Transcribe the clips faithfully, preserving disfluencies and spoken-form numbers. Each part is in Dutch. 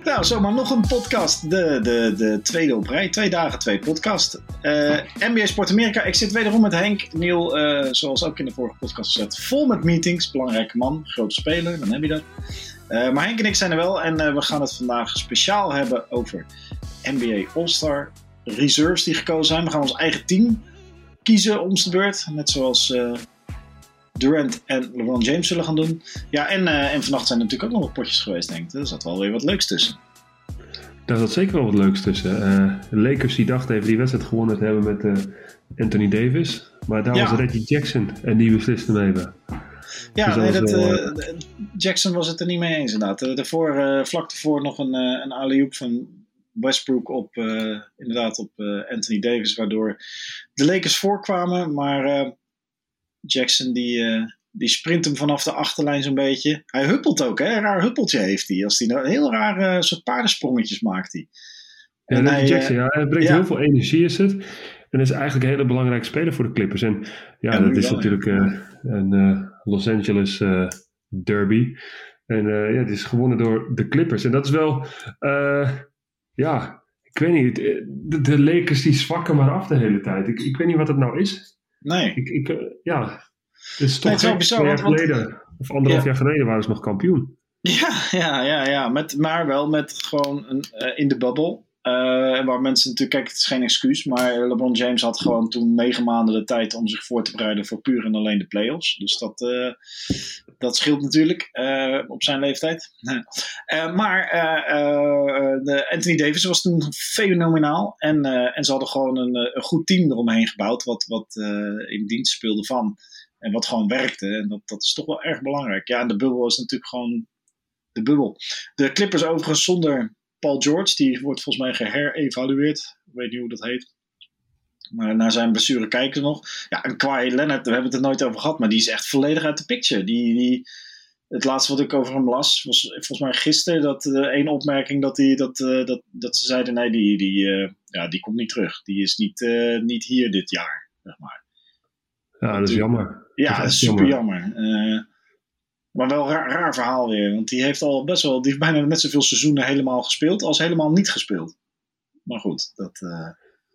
Nou, zomaar nog een podcast. De, de, de tweede op rij. Twee dagen, twee podcast. Uh, N B A Sport Amerika. Ik zit wederom met Henk. Neil, uh, zoals ook in de vorige podcast gezet, vol met meetings. Belangrijke man, grote speler, dan heb je dat. Uh, maar Henk en ik zijn er wel. En uh, we gaan het vandaag speciaal hebben over N B A All-Star Reserves die gekozen zijn. We gaan ons eigen team kiezen om de beurt. Net zoals uh, Durant en LeBron James zullen gaan doen. Ja, en, uh, en vannacht zijn er natuurlijk ook nog wat potjes geweest, denk ik. Er zat wel weer wat leuks tussen. Daar zat zeker wel wat leuks tussen. Uh, de Lakers die dachten even die wedstrijd gewonnen te hebben met uh, Anthony Davis. Maar daar ja. was Reggie Jackson en die besliste hem even. Ja, dus nee, dat, wel, uh, Jackson was het er niet mee eens inderdaad. Daarvoor, uh, vlak daarvoor nog een, uh, een alley-oop van Westbrook op, uh, inderdaad op uh, Anthony Davis. Waardoor de Lakers voorkwamen. Maar uh, Jackson die, uh, die sprint hem vanaf de achterlijn zo'n beetje. Hij huppelt ook, hè? Een raar huppeltje heeft hij. Als hij nou heel rare uh, soort paardensprongetjes maakt hij. Ja, en hij, Jackson, ja, hij brengt ja. heel veel energie is het. En is eigenlijk een hele belangrijke speler voor de Clippers. En ja, ja dat is wel, natuurlijk uh, een uh, Los Angeles uh, derby. En uh, ja, het is gewonnen door de Clippers. En dat is wel, uh, ja, ik weet niet. De, de Lakers die zwakken maar af de hele tijd. Ik, ik weet niet wat het nou is. Nee. Ik, ik, uh, ja, het is toch nee, het is bizar, twee jaar want, geleden, want, of anderhalf ja. jaar geleden waren ze nog kampioen. Ja, ja, ja, ja. Met, maar wel met gewoon een, uh, in de bubble. Uh, waar mensen natuurlijk, kijk, het is geen excuus, maar LeBron James had gewoon toen negen maanden de tijd om zich voor te bereiden voor puur en alleen de playoffs. Dus dat, uh, dat scheelt natuurlijk uh, op zijn leeftijd. uh, maar uh, uh, de Anthony Davis was toen fenomenaal en, uh, en ze hadden gewoon een, een goed team eromheen gebouwd wat, wat uh, in dienst speelde van en wat gewoon werkte. En dat, dat is toch wel erg belangrijk. Ja, en de bubbel is natuurlijk gewoon de bubbel. De Clippers overigens zonder Paul George, die wordt volgens mij geherevalueerd. Ik weet niet hoe dat heet. Maar naar zijn blessure kijken we nog. Ja, en Kawhi Leonard, we hebben het er nooit over gehad, maar die is echt volledig uit de picture. Die, die, het laatste wat ik over hem las, was volgens mij gisteren dat uh, één opmerking dat, die, dat, uh, dat, dat ze zeiden, nee, die, die, uh, ja, die komt niet terug. Die is niet, uh, niet hier dit jaar, zeg maar. Ja, dat is jammer. Ja, dat is super jammer. jammer. Uh, Maar wel een raar, raar verhaal weer. Want die heeft al best wel, die heeft bijna net zoveel seizoenen helemaal gespeeld als helemaal niet gespeeld. Maar goed, dat... Uh...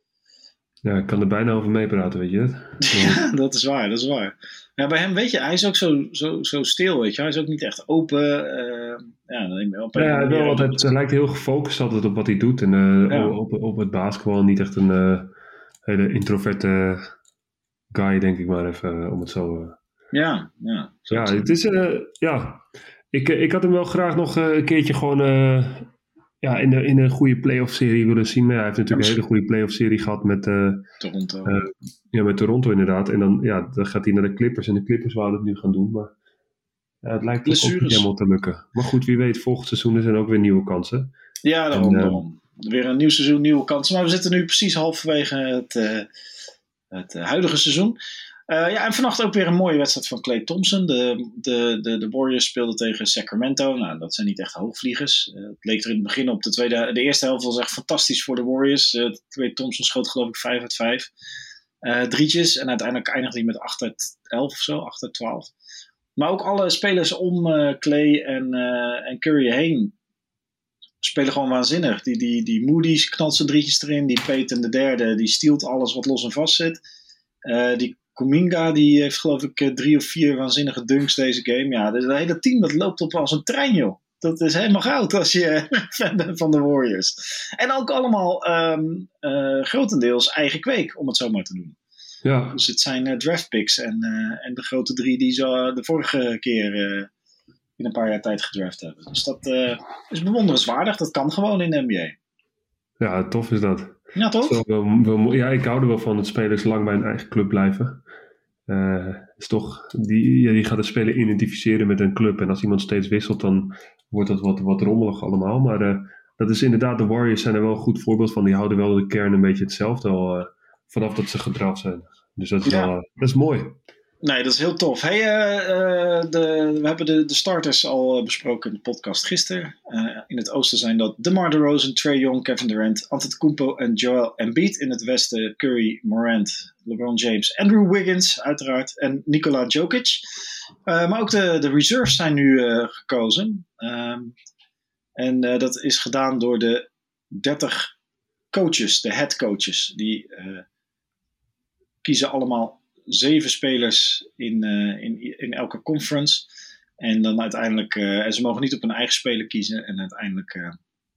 Ja, ik kan er bijna over meepraten, weet je het? Ja, dat is waar, dat is waar. Ja, bij hem, weet je, hij is ook zo, zo, zo stil, weet je. Hij is ook niet echt open. Uh, ja, dan op ja, hij, wel altijd, hij lijkt heel gefocust altijd op wat hij doet. En uh, ja. op, op het basketbal. Niet echt een uh, hele introverte guy, denk ik maar even, uh, om het zo... Uh, Ja, ja. Ja, het is, uh, ja. Ik, ik had hem wel graag nog uh, een keertje gewoon uh, ja, in, de, in een goede playoff serie willen zien. Maar ja, hij heeft natuurlijk een hele goede playoff serie gehad met uh, Toronto. Uh, ja, met Toronto inderdaad. En dan, ja, dan gaat hij naar de Clippers. En de Clippers wouden het nu gaan doen. Maar ja, het lijkt toch ook niet helemaal te lukken. Maar goed, wie weet, volgend seizoen zijn er ook weer nieuwe kansen. Ja, daarom. En, uh, daarom. Weer een nieuw seizoen, nieuwe kansen. Maar we zitten nu precies halverwege het, uh, het uh, huidige seizoen. Uh, ja, en vannacht ook weer een mooie wedstrijd van Klay Thompson. De, de, de, de Warriors speelden tegen Sacramento. Nou, dat zijn niet echt hoogvliegers. Uh, het leek er in het begin op. De, tweede, de eerste helft was echt fantastisch voor de Warriors. Uh, Klay Thompson schoot geloof ik vijf uit vijf. Uh, drietjes. En uiteindelijk eindigde hij met acht uit elf of zo. acht uit twaalf. Maar ook alle spelers om uh, Klay en, uh, en Curry heen spelen gewoon waanzinnig. Die, die, die Moody knalt zijn drietjes erin. Die Peyton de derde, die stealt alles wat los en vast zit. Uh, die Kuminga, die heeft geloof ik drie of vier waanzinnige dunks deze game. Ja, dus het hele team dat loopt op als een trein, joh. Dat is helemaal goud als je fan bent van de Warriors. En ook allemaal um, uh, grotendeels eigen kweek, om het zo maar te doen. Ja. Dus het zijn uh, draft picks en, uh, en de grote drie die ze de vorige keer uh, in een paar jaar tijd gedraft hebben. Dus dat uh, is bewonderenswaardig. Dat kan gewoon in de N B A. Ja, tof is dat. Ja, toch? Zo, wel, wel, ja, ik hou er wel van dat spelers lang bij een eigen club blijven. Uh, is toch, die, ja, die gaat de speler identificeren met een club. En als iemand steeds wisselt, dan wordt dat wat, wat rommelig allemaal. Maar uh, dat is inderdaad, de Warriors zijn er wel een goed voorbeeld van. Die houden wel de kern een beetje hetzelfde al uh, vanaf dat ze gedraft zijn. Dus dat is, ja. wel, uh, dat is mooi. Nee, dat is heel tof. Hey, uh, uh, de, we hebben de, de starters al uh, besproken in de podcast gisteren. Uh, in het oosten zijn dat DeMar DeRozan, Trae Young, Kevin Durant, Antetokounmpo en Joel Embiid. In het westen Curry, Morant, LeBron James, Andrew Wiggins uiteraard en Nikola Jokic. Uh, maar ook de, de reserves zijn nu uh, gekozen. Um, En uh, dat is gedaan door de dertig coaches, de head coaches. Die uh, kiezen allemaal zeven spelers in, uh, in, in elke conference. En dan uiteindelijk, uh, en ze mogen niet op hun eigen speler kiezen. En uiteindelijk uh,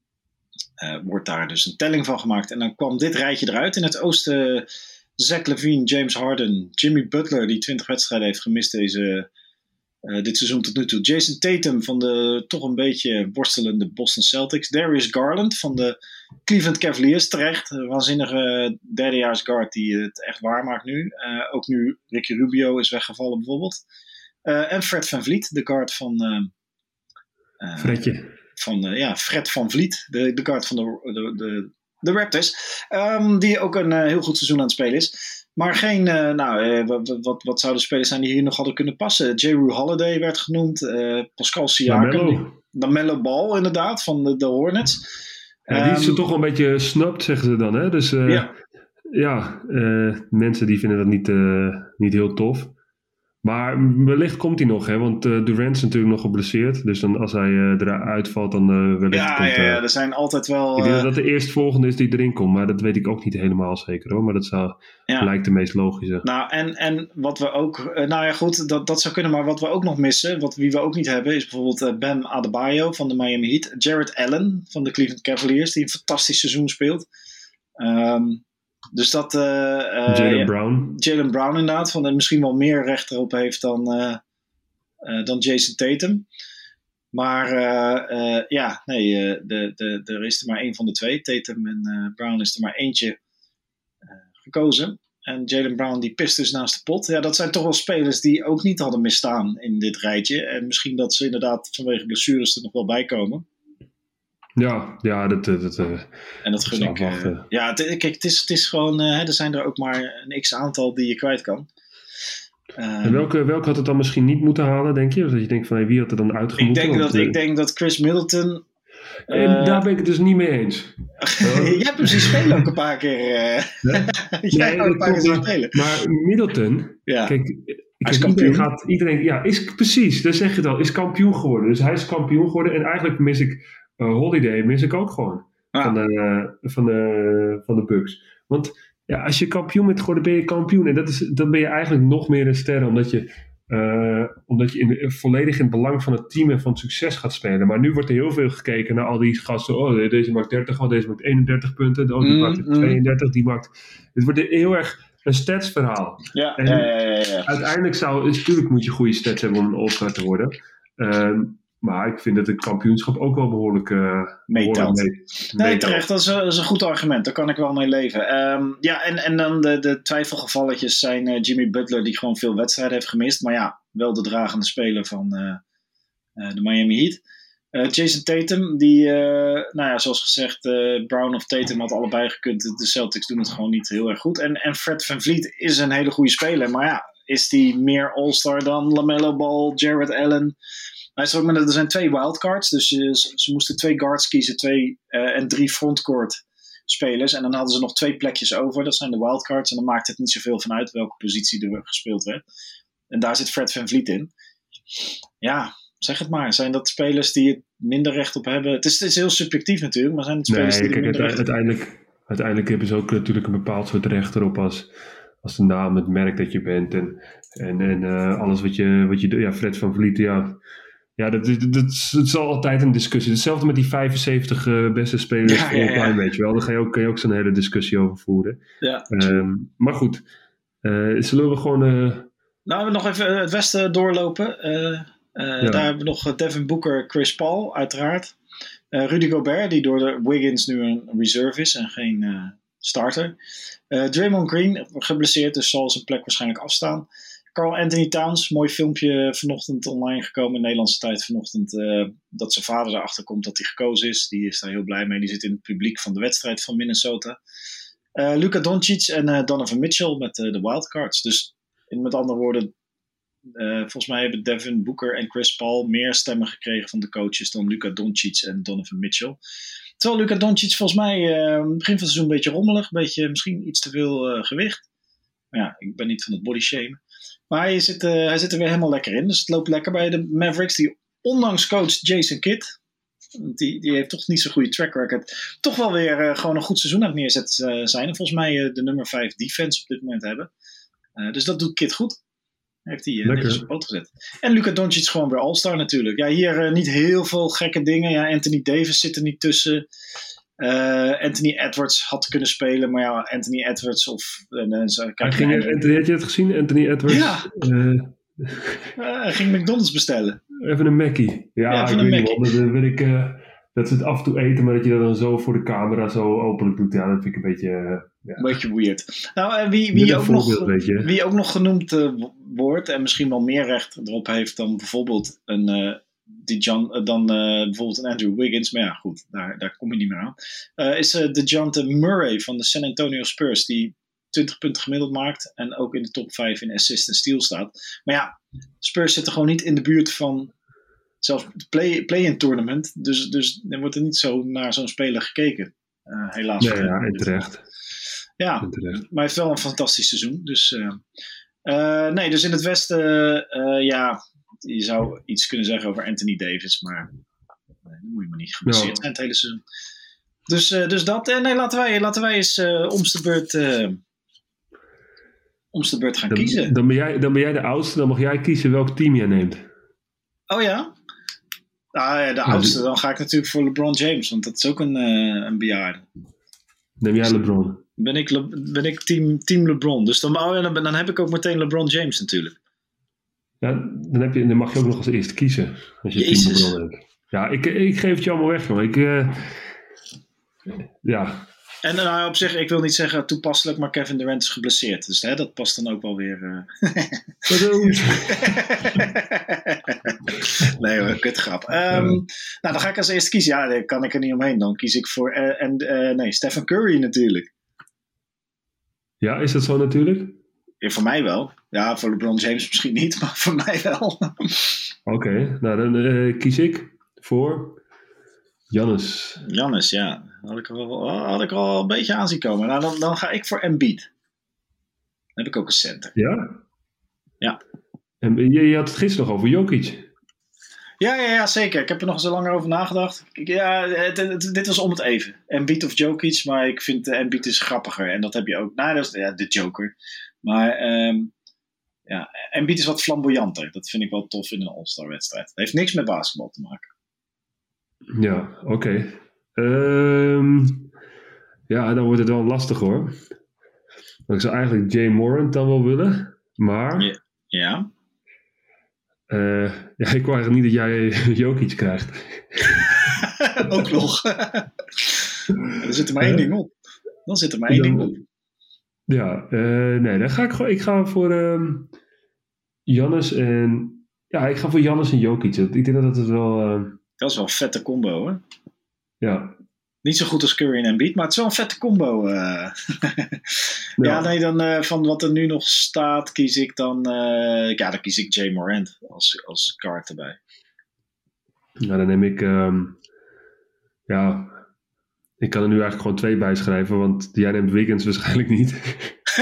uh, wordt daar dus een telling van gemaakt. En dan kwam dit rijtje eruit. In het oosten uh, Zach LaVine, James Harden, Jimmy Butler, die twintig wedstrijden heeft gemist deze, uh, dit seizoen tot nu toe. Jason Tatum van de toch een beetje worstelende Boston Celtics. Darius Garland van de Cleveland Cavaliers, terecht. Een waanzinnige derdejaars guard die het echt waar maakt nu. Uh, ook nu Ricky Rubio is weggevallen bijvoorbeeld. Uh, en Fred VanVleet, de guard van... Uh, uh, Fredje. Van, uh, ja, Fred VanVleet, de, de guard van de, de, de, de Raptors. Um, die ook een uh, heel goed seizoen aan het spelen is. Maar geen, uh, nou, uh, wat, wat, wat zouden spelers zijn die hier nog hadden kunnen passen? Jrue Holiday werd genoemd. Uh, Pascal Siakam. LaMelo Ball inderdaad, van de, de Hornets. Ja, die is er toch wel een beetje snubbed, zeggen ze dan. Hè? Dus uh, ja, ja uh, mensen die vinden dat niet, uh, niet heel tof. Maar wellicht komt hij nog, hè? Want uh, Durant is natuurlijk nog geblesseerd. Dus dan, als hij uh, eruit valt, dan uh, wellicht ja, komt... Ja, uh, ja, er zijn altijd wel... Ik denk uh, dat de eerstvolgende is die erin komt. Maar dat weet ik ook niet helemaal zeker, hoor. Maar dat zou, ja. lijkt de meest logische. Nou, en, en wat we ook... Uh, nou ja, goed, dat, dat zou kunnen. Maar wat we ook nog missen, wat wie we ook niet hebben... is bijvoorbeeld uh, Bam Adebayo van de Miami Heat. Jared Allen van de Cleveland Cavaliers, die een fantastisch seizoen speelt. Um, Dus dat... Uh, uh, Jaylen ja, Brown. Jaylen Brown inderdaad. Van, misschien wel meer recht erop heeft dan, uh, uh, dan Jason Tatum. Maar uh, uh, ja, nee, uh, de, de, de, er is er maar één van de twee. Tatum en uh, Brown is er maar eentje uh, gekozen. En Jaylen Brown die pist dus naast de pot. Ja, dat zijn toch wel spelers die ook niet hadden misstaan in dit rijtje. En misschien dat ze inderdaad vanwege blessures er nog wel bij komen. Ja, ja, dat... dat, dat en dat gun ik. Uh, ja, het, kijk, het is, het is gewoon... Uh, er zijn er ook maar een x-aantal die je kwijt kan. Um, en welke, welke had het dan misschien niet moeten halen, denk je? Of dat je denkt van, hey, wie had er dan uitgemoeten? Ik denk, dat, uh, ik denk dat Chris Middleton... Uh, en daar ben ik het dus niet mee eens. Jij hebt hem zien spelen ook een paar keer. Uh, nee, Jij hebt een paar keer zien spelen. Maar Middleton... Ja. Kijk, kijk iedereen gaat... Iedereen, ja, is precies, dat zeg je het al. Is kampioen geworden. Dus hij is kampioen geworden. En eigenlijk mis ik... Uh, Holiday mis ik ook gewoon. Ah. Van, de, uh, van, de, van de Bucks. Want ja, als je kampioen bent geworden, ben je kampioen. En dat is, dan ben je eigenlijk nog meer een ster. Omdat je, uh, omdat je in, volledig in het belang van het team en van het succes gaat spelen. Maar nu wordt er heel veel gekeken naar al die gasten. Oh, deze maakt dertig, oh, deze maakt eenendertig punten. Oh, die mm, maakt tweeëndertig, mm. die maakt... Het wordt heel erg een statsverhaal. Ja, en ja, ja, ja, ja. Uiteindelijk zou... Natuurlijk moet je goede stats hebben om een all-star te worden. Um, Maar ik vind dat het kampioenschap ook wel behoorlijk uh, meetelt. Mee, nee, terecht. Dat is, dat is een goed argument. Daar kan ik wel mee leven. Um, ja, en, en dan de, de twijfelgevalletjes zijn uh, Jimmy Butler, die gewoon veel wedstrijden heeft gemist. Maar ja, wel de dragende speler van uh, uh, de Miami Heat. Uh, Jason Tatum, die, uh, nou ja, zoals gezegd, uh, Brown of Tatum had allebei gekund. De Celtics doen het gewoon niet heel erg goed. En, en Fred VanVleet is een hele goede speler. Maar ja, is die meer All-Star dan LaMelo Ball, Jared Allen... Hij is ook met, er zijn twee wildcards, dus ze, ze moesten twee guards kiezen twee, uh, en drie frontcourt spelers. En dan hadden ze nog twee plekjes over, dat zijn de wildcards. En dan maakt het niet zoveel van uit welke positie er gespeeld werd. En daar zit Fred VanVleet in. Ja, zeg het maar. Zijn dat spelers die het minder recht op hebben? Het is, het is heel subjectief natuurlijk, maar zijn het spelers nee, die kijk, er minder uiteindelijk, recht op uiteindelijk, uiteindelijk hebben ze ook natuurlijk een bepaald soort recht erop als... Als de naam, het merk dat je bent en, en, en uh, alles wat je, wat je doet. Ja, Fred VanVleet, ja... Ja, dat, dat, dat, dat is altijd een discussie. Hetzelfde met die vijfenzeventig uh, beste spelers ja, all time, ja, ja. weet je wel. Daar ga je ook, kan je ook zo'n hele discussie over voeren. Ja. Um, maar goed, uh, zullen we gewoon... Uh... Nou, we nog even het westen doorlopen. Uh, uh, ja. Daar hebben we nog Devin Booker, Chris Paul, uiteraard. Uh, Rudy Gobert, die door de Wiggins nu een reserve is en geen uh, starter. Uh, Draymond Green, geblesseerd, dus zal zijn plek waarschijnlijk afstaan. Karl Anthony Towns, mooi filmpje vanochtend online gekomen in Nederlandse tijd vanochtend. Uh, dat zijn vader erachter komt dat hij gekozen is. Die is daar heel blij mee. Die zit in het publiek van de wedstrijd van Minnesota. Uh, Luka Doncic en uh, Donovan Mitchell met uh, de wildcards. Dus in, met andere woorden, uh, volgens mij hebben Devin Booker en Chris Paul meer stemmen gekregen van de coaches dan Luka Doncic en Donovan Mitchell. Terwijl Luka Doncic volgens mij uh, begin van het seizoen een beetje rommelig. Een beetje misschien iets te veel uh, gewicht. Maar ja, ik ben niet van het body shamen. Maar hij zit, uh, hij zit er weer helemaal lekker in. Dus het loopt lekker bij de Mavericks. Die ondanks coach Jason Kidd Die, die heeft toch niet zo'n goede track record. Toch wel weer uh, gewoon een goed seizoen aan het neerzetten uh, zijn. En volgens mij uh, de nummer vijf defense op dit moment hebben. Uh, dus dat doet Kid goed. Heeft hij uh, netjes op poot gezet. En Luka Doncic gewoon weer all-star natuurlijk. Ja, hier uh, niet heel veel gekke dingen. Ja, Anthony Davis zit er niet tussen. Uh, Anthony Edwards had kunnen spelen. Maar ja, Anthony Edwards of... Uh, uh, kijk, ging, uh, Anthony, had je het gezien? Anthony Edwards? Ja. Uh, uh, hij ging McDonald's bestellen. Even een Mackie. Ja, ja ik weet Mackie. Niet, dan wil ik... Uh, dat ze het af en toe eten, maar dat je dat dan zo voor de camera zo openlijk doet. Ja, dat vind ik een beetje... Uh, ja. Een beetje weird. Nou, en wie, wie, ook nog, wie ook nog genoemd uh, wordt en misschien wel meer recht erop heeft dan bijvoorbeeld een, uh, die John, uh, dan, uh, bijvoorbeeld een Andrew Wiggins. Maar ja, goed, daar, daar kom je niet meer aan. Uh, is uh, DeJounte Murray van de San Antonio Spurs, die twintig punten gemiddeld maakt en ook in de top vijf in assist en steal staat. Maar ja, Spurs zitten gewoon niet in de buurt van zelfs het play, play-in tournament. Dus, dus er wordt er niet zo naar zo'n speler gekeken. Uh, helaas. Ja, ja, en terecht. Ja, en terecht. Maar hij heeft wel een fantastisch seizoen. Dus, uh, uh, nee, dus in het westen, uh, ja, je zou iets kunnen zeggen over Anthony Davis, maar nee, dat moet je maar niet geblesseerd zijn het hele seizoen. Dus, uh, dus dat. En nee, laten wij, laten wij eens uh, om's de beurt, uh, om's de beurt gaan dan, kiezen. Dan ben, jij, dan ben jij de oudste, dan mag jij kiezen welk team jij neemt. Oh ja? Ah, ja, de oudste, dan ga ik natuurlijk voor LeBron James, want dat is ook een, uh, een bejaarde. Neem jij LeBron? Ben ik, Le- ben ik team, team LeBron, dus dan, oh ja, dan, dan heb ik ook meteen LeBron James natuurlijk. Ja, dan, heb je, dan mag je ook nog als eerste kiezen, als je Jezus. Team LeBron hebt. Ja, ik, ik geef het je allemaal weg, jongen. Ik, uh, ja... En nou, op zich, ik wil niet zeggen toepasselijk, maar Kevin Durant is geblesseerd. Dus hè, dat past dan ook wel weer... Uh... nee hoor, kutgrap. Um, ja. Nou, dan ga ik als eerste kiezen. Ja, daar kan ik er niet omheen. Dan kies ik voor... Uh, en, uh, nee, Stephen Curry natuurlijk. Ja, is dat zo natuurlijk? Ja, voor mij wel. Ja, voor LeBron James misschien niet, maar voor mij wel. Oké, okay, nou dan uh, kies ik voor... Giannis. Giannis, ja. Had ik, al, had ik al een beetje aan zien komen. Nou, dan, dan ga ik voor Embiid. Dan heb ik ook een center. Ja? Ja. En je, je had het gisteren nog over Jokic. Ja, ja, ja, zeker. Ik heb er nog eens langer over nagedacht. Ja, het, het, dit was om het even. Embiid of Jokic, maar ik vind uh, Embiid is grappiger. En dat heb je ook. Nou, dat is ja, de Joker. Maar um, ja, Embiid is wat flamboyanter. Dat vind ik wel tof in een All-Star wedstrijd. Het heeft niks met basketbal te maken. Ja, oké. Okay. Um, ja, dan wordt het wel lastig hoor. Want ik zou eigenlijk Jay Morant dan wel willen, maar... Ja. Ja, uh, ja ik wou eigenlijk niet dat jij Jokic krijgt. Ook nog. Er zit er maar één uh, ding op. Dan zit er maar één dan, ding op. Ja, uh, nee, dan ga ik gewoon... Ik ga voor um, Giannis en... Ja, ik ga voor Giannis en Jokic. Ik denk dat het wel... Uh, Dat is wel een vette combo, hoor. Ja. Niet zo goed als Curry en Embiid, maar het is wel een vette combo. Uh. ja. ja, nee, dan uh, van wat er nu nog staat, kies ik dan... Uh, ja, dan kies ik Jay Morant als, als kaart erbij. Nou, dan neem ik... Um, ja... Ik kan er nu eigenlijk gewoon twee bij schrijven, want jij neemt Wiggins waarschijnlijk niet.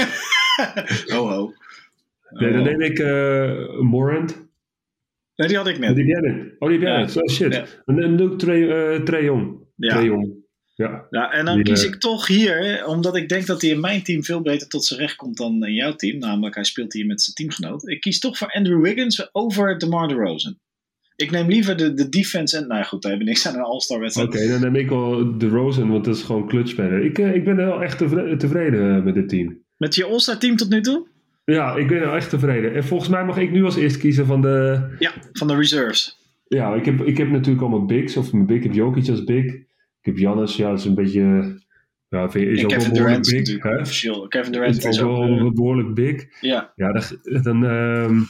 ho, ho. Nee, dan neem ik uh, Morant... Nee, die had ik net. Die heb jij net. Oh, die heb jij net. Ja. Oh, shit. Ja. Dan doe ik Trae Young. Ja. Young. Ja. ja, en dan die, kies uh, ik toch hier, omdat ik denk dat hij in mijn team veel beter tot zijn recht komt dan in jouw team. Namelijk, hij speelt hier met zijn teamgenoot. Ik kies toch voor Andrew Wiggins over DeMar DeRozan. Ik neem liever de, de defense en... Nou goed, daar hebben we niks aan een All-Star wedstrijd. Oké, okay, dan neem ik wel DeRozan, want dat is gewoon clutchspeler. Ik, uh, ik ben wel echt tevreden, tevreden met dit team. Met je All-Star team tot nu toe? Ja, ik ben er echt tevreden. En volgens mij mag ik nu als eerst kiezen van de... Ja, van de reserves. Ja, ik heb, ik heb natuurlijk allemaal bigs. Of mijn big, ik heb Jokic als big. Ik heb Giannis, ja, dat is een beetje... Ja, is ja, ook Kevin wel Durant big, natuurlijk hè? Officieel. Kevin Durant is, is ook wel uh, behoorlijk big. Ja. Ja, dan... dan um,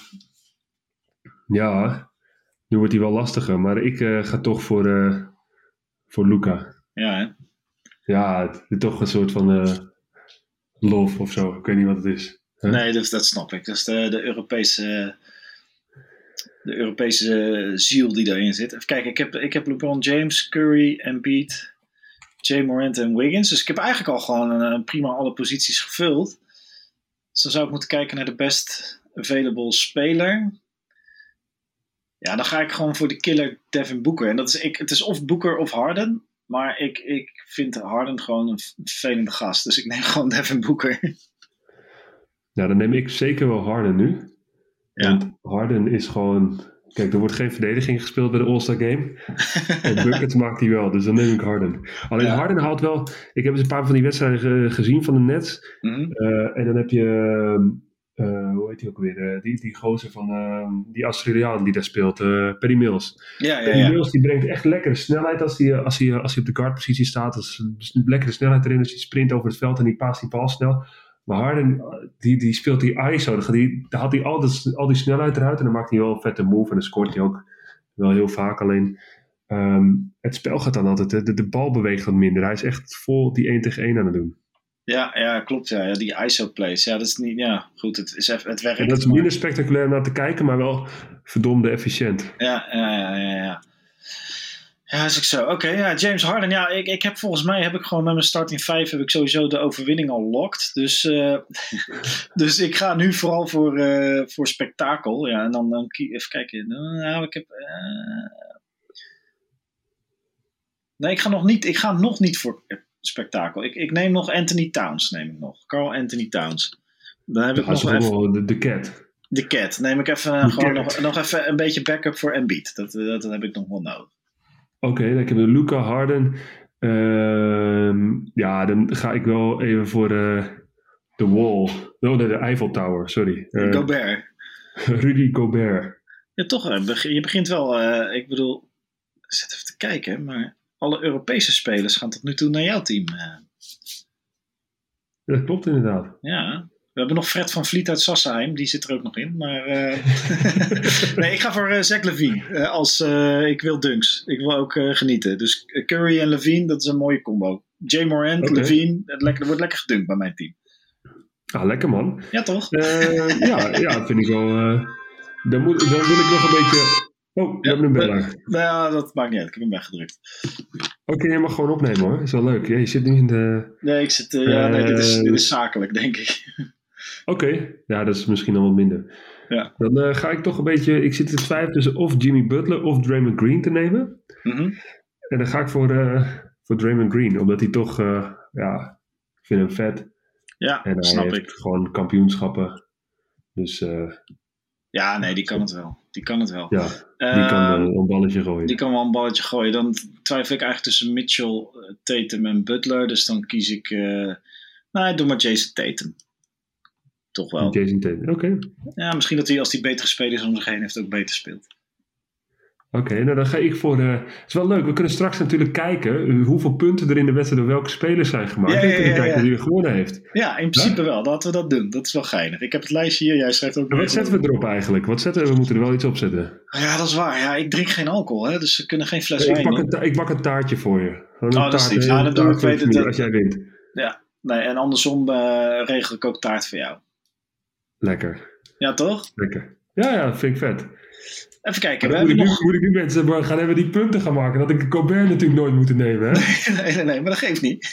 ja, nu wordt hij wel lastiger. Maar ik uh, ga toch voor, uh, voor Luka. Ja, hè? Ja, het is toch een soort van uh, love of zo. Ik weet niet wat het is. Huh? Nee, dat, dat snap ik. Dat is de, de Europese de Europese ziel die daarin zit. Even kijken, ik heb, ik heb LeBron James, Curry, Embiid, Jay Morant en Wiggins. Dus ik heb eigenlijk al gewoon een, een prima alle posities gevuld. Dus dan zou ik moeten kijken naar de best available speler. Ja, dan ga ik gewoon voor de killer Devin Booker. En dat is, ik, het is of Booker of Harden. Maar ik, ik vind Harden gewoon een vervelende gast. Dus ik neem gewoon Devin Booker. Nou, dan neem ik zeker wel Harden nu. Ja. Want Harden is gewoon... Kijk, er wordt geen verdediging gespeeld bij de All-Star Game. En buckets maakt hij wel, dus dan neem ik Harden. Alleen ja. Harden haalt wel... Ik heb eens een paar van die wedstrijden ge- gezien van de Nets. Mm-hmm. Uh, en dan heb je... Uh, hoe heet die ook weer? Uh, die, die gozer van... Uh, die Australiaan die daar speelt. Uh, Paddy Mills. Ja, ja, Paddy ja. Mills die brengt echt lekkere snelheid als hij als hij, als hij op de guardpositie staat. Dus lekkere snelheid erin. Dus hij sprint over het veld en die paast die bal snel. Maar Harden, die, die speelt die I S O. Dan, die, dan haalt hij al, dat, al die snelheid eruit. En dan maakt hij wel een vette move. En dan scoort hij ook wel heel vaak. Alleen um, het spel gaat dan altijd. De, de bal beweegt wat minder. Hij is echt vol die één tegen één aan het doen. Ja, ja klopt. Ja. Ja, die I S O plays. Ja, dat is niet... Ja, goed. Het, is even, het werkt. En dat is minder maar... spectaculair naar te kijken. Maar wel verdomde efficiënt. Ja, ja, ja, ja. ja. Ja, is ik zo. Oké, okay, ja, James Harden. Ja, ik, ik heb volgens mij heb ik gewoon met mijn starting vijf heb ik sowieso de overwinning al locked. Dus, uh, dus ik ga nu vooral voor, uh, voor spektakel. Ja, en dan, dan even kijken. Nou, ik heb. Uh... Nee, ik ga nog niet. Ik ga nog niet voor spektakel. Ik, ik neem nog Anthony Towns. Neem ik nog. Carl Anthony Towns. Dan heb dan ik nog even. De, de cat. De cat. Neem ik even uh, gewoon nog, nog even een beetje backup voor Embiid. Dat, dat, dat heb ik nog wel nodig. Oké, okay, dan heb ik Luka Harden. Uh, ja, dan ga ik wel even voor de, de wall. Oh, de, de Eiffel Tower, sorry. Uh, Gobert. Rudy Gobert. Ja, toch. Je begint wel... Uh, ik bedoel... Ik zit even te kijken, maar... Alle Europese spelers gaan tot nu toe naar jouw team. Uh. Ja, dat klopt inderdaad. Ja. We hebben nog Fred van Vliet uit Sassenheim. Die zit er ook nog in. Maar uh... nee, ik ga voor uh, Zach LaVine. Uh, als uh, ik wil dunks. Ik wil ook uh, genieten. Dus Curry en LaVine, dat is een mooie combo. Jay Morant, okay. LaVine. Het lekker, er wordt lekker gedunkt bij mijn team. Ah, lekker man. Ja, toch? Uh, ja, ja, dat vind ik wel... Uh, dan, moet, dan wil ik nog een beetje... Oh, je ja, hebt een beller. Nou ja, dat maakt niet uit. Ik heb hem weggedrukt. Oké, okay, je mag gewoon opnemen hoor. Is wel leuk. Ja, je zit nu in de... Nee, ik zit... Uh, ja, nee, dit is, dit is zakelijk, denk ik. Oké, okay. Ja, dat is misschien dan wat minder. Ja. Dan uh, ga ik toch een beetje... Ik zit in twijfel tussen of Jimmy Butler of Draymond Green te nemen. Mm-hmm. En dan ga ik voor, uh, voor Draymond Green. Omdat hij toch... Uh, ja, ik vind hem vet. Ja, en hij snap heeft ik. gewoon kampioenschappen. Dus... Uh, ja, nee, die kan het wel. Die kan het wel. Ja, die uh, kan uh, een balletje gooien. Die kan wel een balletje gooien. Dan twijfel ik eigenlijk tussen Mitchell, Tatum en Butler. Dus dan kies ik... Uh, nou, doe maar Jason Tatum. Toch wel. Jason Tatum, oké. Okay. Ja, misschien dat hij als hij betere spelers om zich heen heeft ook beter speelt. Oké, okay, nou dan ga ik voor de... Het is wel leuk, we kunnen straks natuurlijk kijken hoeveel punten er in de wedstrijd door welke spelers zijn gemaakt. Ja, ja, ja, en kunnen kijken wie er gewonnen heeft. Ja, in principe ja? wel. Laten we dat doen. Dat is wel geinig. Ik heb het lijstje hier, jij schrijft ook... Maar wat zetten we erop eigenlijk? Wat zetten we? We moeten er wel iets op zetten. Ja, dat is waar. Ja, ik drink geen alcohol, hè, dus we kunnen geen fles wijn. Ik bak, een ta- ik bak een taartje voor je. Gewoon oh, een dat taart, is lief. Ja, dat doe ik. Weet het, als jij wint. Ja, nee, en andersom uh, regel ik ook taart voor jou. Lekker. Ja, toch? Lekker. Ja, ja, vind ik vet. Even kijken. We moet, hebben ik nog... nu, moet ik nu mensen gaan hebben die punten gaan maken? Dat ik Gobert natuurlijk nooit moeten nemen, hè? Nee, nee, nee, nee, maar dat geeft niet.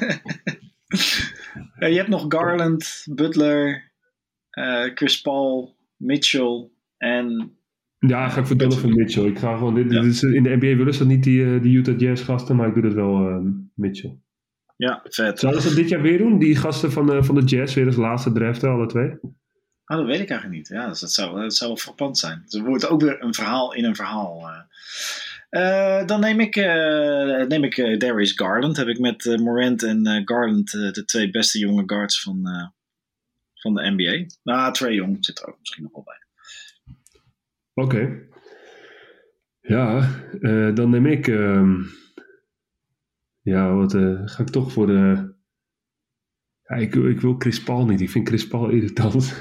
Ja, je hebt nog Garland, Butler, uh, Chris Paul, Mitchell en... Ja, ga ik voor Donovan Mitchell. Ik ga gewoon, dit, ja. dit is, in de N B A willen ze dat niet die, die Utah Jazz gasten, maar ik doe dat wel uh, Mitchell. Ja, vet. Zouden ze dat dit jaar weer doen? Die gasten van, uh, van de Jazz weer als laatste draften, alle twee? Oh, dat weet ik eigenlijk niet. Ja, dus dat, zou, dat zou wel frappant zijn. Dus er wordt ook weer een verhaal in een verhaal. Uh, uh, dan neem ik, uh, neem ik uh, Darius Garland. Heb ik met uh, Morant en uh, Garland uh, de twee beste jonge guards van, uh, van de N B A. Nou, Trae Young zit er ook misschien nog wel bij. Oké. Okay. Ja, uh, dan neem ik... Um, ja, wat uh, ga ik toch voor de... Ja, ik, ik wil Chris Paul niet. Ik vind Chris Paul irritant.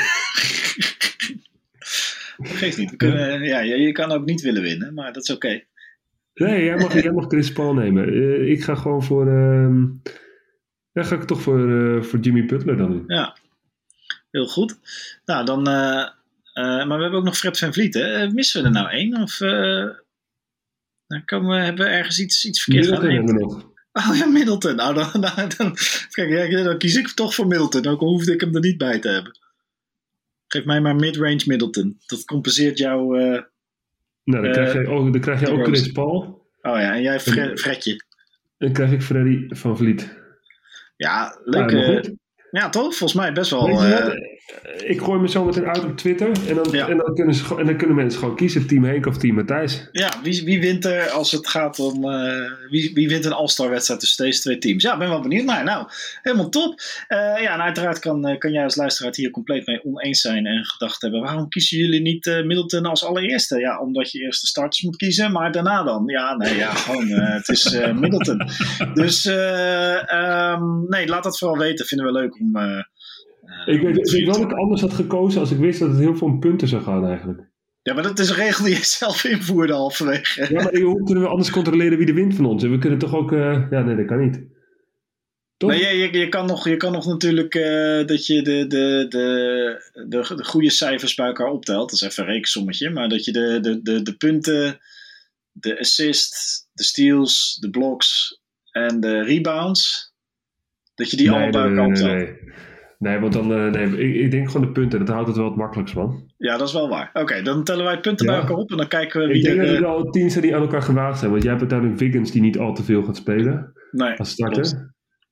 Dat geeft niet. We kunnen, ja, je kan ook niet willen winnen, maar dat is oké. Okay. Nee, jij mag, jij mag Chris Paul nemen. Uh, ik ga gewoon voor... Uh, ja, ga ik toch voor, uh, voor Jimmy Butler dan doen. Ja, heel goed. Nou, dan... Uh, uh, maar we hebben ook nog Fred van Vliet, hè? Missen we er nou één? Of uh, dan komen we, hebben we ergens iets, iets verkeerd gedaan? Middleton hebben we nog. Oh ja, Middleton. Nou, dan, dan, dan, kijk, ja, dan kies ik toch voor Middleton. Dan hoefde ik hem er niet bij te hebben. Geef mij maar mid-range Middleton. Dat compenseert jouw, uh, Nou, dan krijg, uh, je, oh, dan krijg je ook Chris Paul. Oh ja, en jij Fre- Fredje. En dan krijg ik Freddy van Vliet. Ja, leuk. Ja, ja, toch? Volgens mij best wel... Uh... Ik gooi me zo meteen uit op Twitter. En dan, ja. en, dan kunnen ze, en dan kunnen mensen gewoon kiezen. Team Henk of Team Matthijs. Ja, wie, wie wint er als het gaat om... Uh, wie, wie wint een All-Star wedstrijd tussen deze twee teams? Ja, ben wel benieuwd naar. Nou, helemaal top. Uh, ja, en uiteraard kan, kan jij als luisteraar hier compleet mee oneens zijn. En gedacht hebben, waarom kiezen jullie niet uh, Middleton als allereerste? Ja, omdat je eerst de starters moet kiezen. Maar daarna dan? Ja, nee, ja, gewoon. Uh, het is uh, Middleton. Dus uh, um, nee, laat dat vooral weten. Vinden we leuk om... Uh, Uh, ik weet, weet wel dat ik anders had gekozen als ik wist dat het heel veel om punten zou gaan eigenlijk. Ja, maar dat is een regel die je zelf invoerde halverwege. Ja, maar hoe kunnen we anders controleren wie de wint van ons? En we kunnen toch ook... Uh, ja, nee, dat kan niet. Toch? Nee, je, je, je, kan nog, je kan nog natuurlijk uh, dat je de, de, de, de, de goede cijfers bij elkaar optelt. Dat is even een rekensommetje. Maar dat je de, de, de, de punten, de assists, de steals, de blocks en de rebounds... Dat je die nee, allemaal bij elkaar nee, optelt. Nee, nee. Nee, want dan, uh, nee, ik, ik denk gewoon de punten. Dat houdt het wel het makkelijkst van. Ja, dat is wel waar. Oké, okay, dan tellen wij punten ja. bij elkaar op en dan kijken we wie ik denk er... dat er al tien zijn die aan elkaar gewaagd zijn. Want jij hebt uiteindelijk Wiggins die niet al te veel gaat spelen. Nee, als starter. Klopt.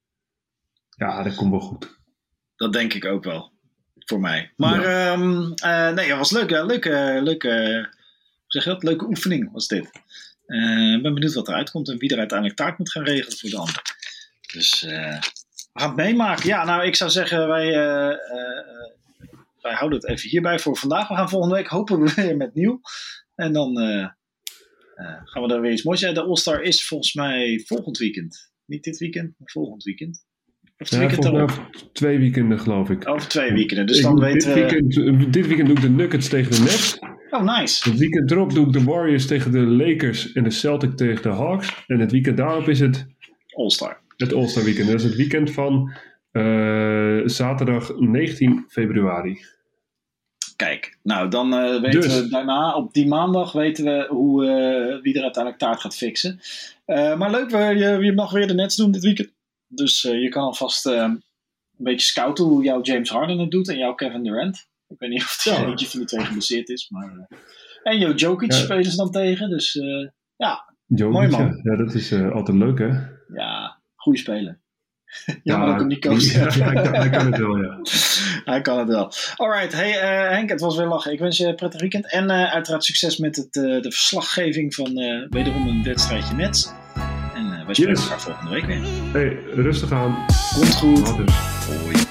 Ja, dat komt wel goed. Dat denk ik ook wel. Voor mij. Maar ja. um, uh, nee, dat was leuk. Ja, leuke, leuke, zeg je dat? Leuke oefening was dit. Ik uh, ben benieuwd wat eruit komt en wie er uiteindelijk taak moet gaan regelen voor de ander. Dus... Uh, We gaan het meemaken. Ja, nou, ik zou zeggen, wij, uh, uh, wij houden het even hierbij voor vandaag. We gaan volgende week hopen we weer met nieuw. En dan uh, uh, gaan we er weer iets moois. Ja, de All-Star is volgens mij volgend weekend. Niet dit weekend, maar volgend weekend. Of ja, weekend over twee weekenden, geloof ik. Over twee weekenden. Dus ik dan weten dit, weekend, we... dit weekend doe ik de Nuggets tegen de Nets. Oh, nice. Het weekend erop doe ik de Warriors tegen de Lakers en de Celtics tegen de Hawks. En het weekend daarop is het... All-Star. Het All-Star weekend. Dat is het weekend van uh, zaterdag negentien februari. Kijk, nou dan uh, weten dus. we daarna, op die maandag weten we hoe, uh, wie er uiteindelijk taart gaat fixen. Uh, maar leuk, je, je mag weer de Nets doen dit weekend. Dus uh, je kan alvast uh, een beetje scouten hoe jouw James Harden het doet en jouw Kevin Durant. Ik weet niet of die ja. eentje van die twee geblesseerd is. Maar, uh, en jouw Jokic ja. spelen ze dan tegen. Dus uh, ja, Jokic, mooi man. Ja, dat is uh, altijd leuk hè? Ja. Goeie speler. Jammer dat ik hem niet koos. Ja, hij, kan, hij kan het wel, ja. Hij kan het wel. Alright, hey uh, Henk, het was weer lachen. Ik wens je een prettig weekend. En uh, uiteraard succes met het, uh, de verslaggeving van uh, wederom een wedstrijdje Nets. En uh, wij spreken yes. elkaar volgende week weer. Hey, rustig aan. Komt goed. Hoi.